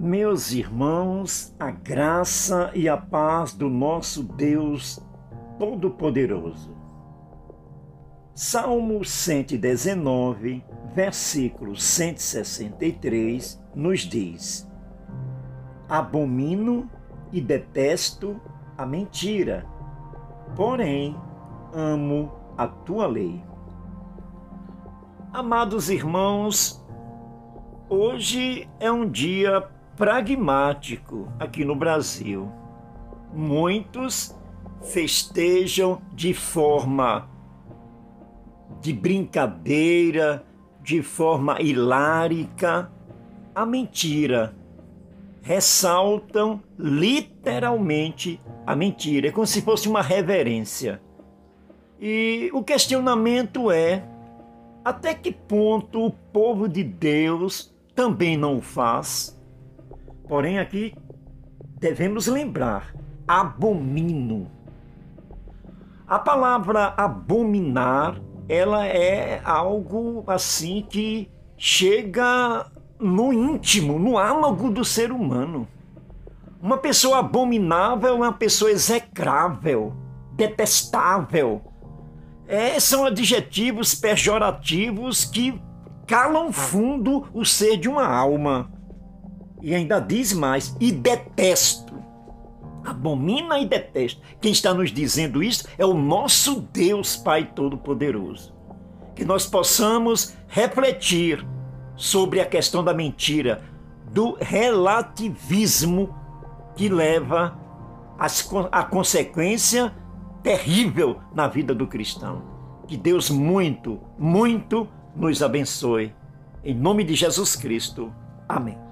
Meus irmãos, a graça e a paz do nosso Deus Todo-Poderoso. Salmo 119, versículo 163, nos diz: Abomino e detesto a mentira, porém amo a tua lei. Amados irmãos, hoje é um dia pragmático aqui no Brasil. Muitos festejam de forma de brincadeira, de forma hilárica, a mentira. Ressaltam literalmente a mentira. É como se fosse uma reverência. E o questionamento é: até que ponto o povo de Deus também não o faz? Porém, aqui devemos lembrar: abomino. A palavra abominar, ela é algo assim que chega no íntimo, no âmago do ser humano. Uma pessoa abominável é uma pessoa execrável, detestável. São adjetivos pejorativos que calam fundo o ser de uma alma. E ainda diz mais: e detesto. Abomina e detesto. Quem está nos dizendo isso é o nosso Deus Pai Todo-Poderoso. Que nós possamos refletir sobre a questão da mentira, do relativismo que leva à consequência terrível na vida do cristão. Que Deus muito, muito nos abençoe. Em nome de Jesus Cristo. Amém.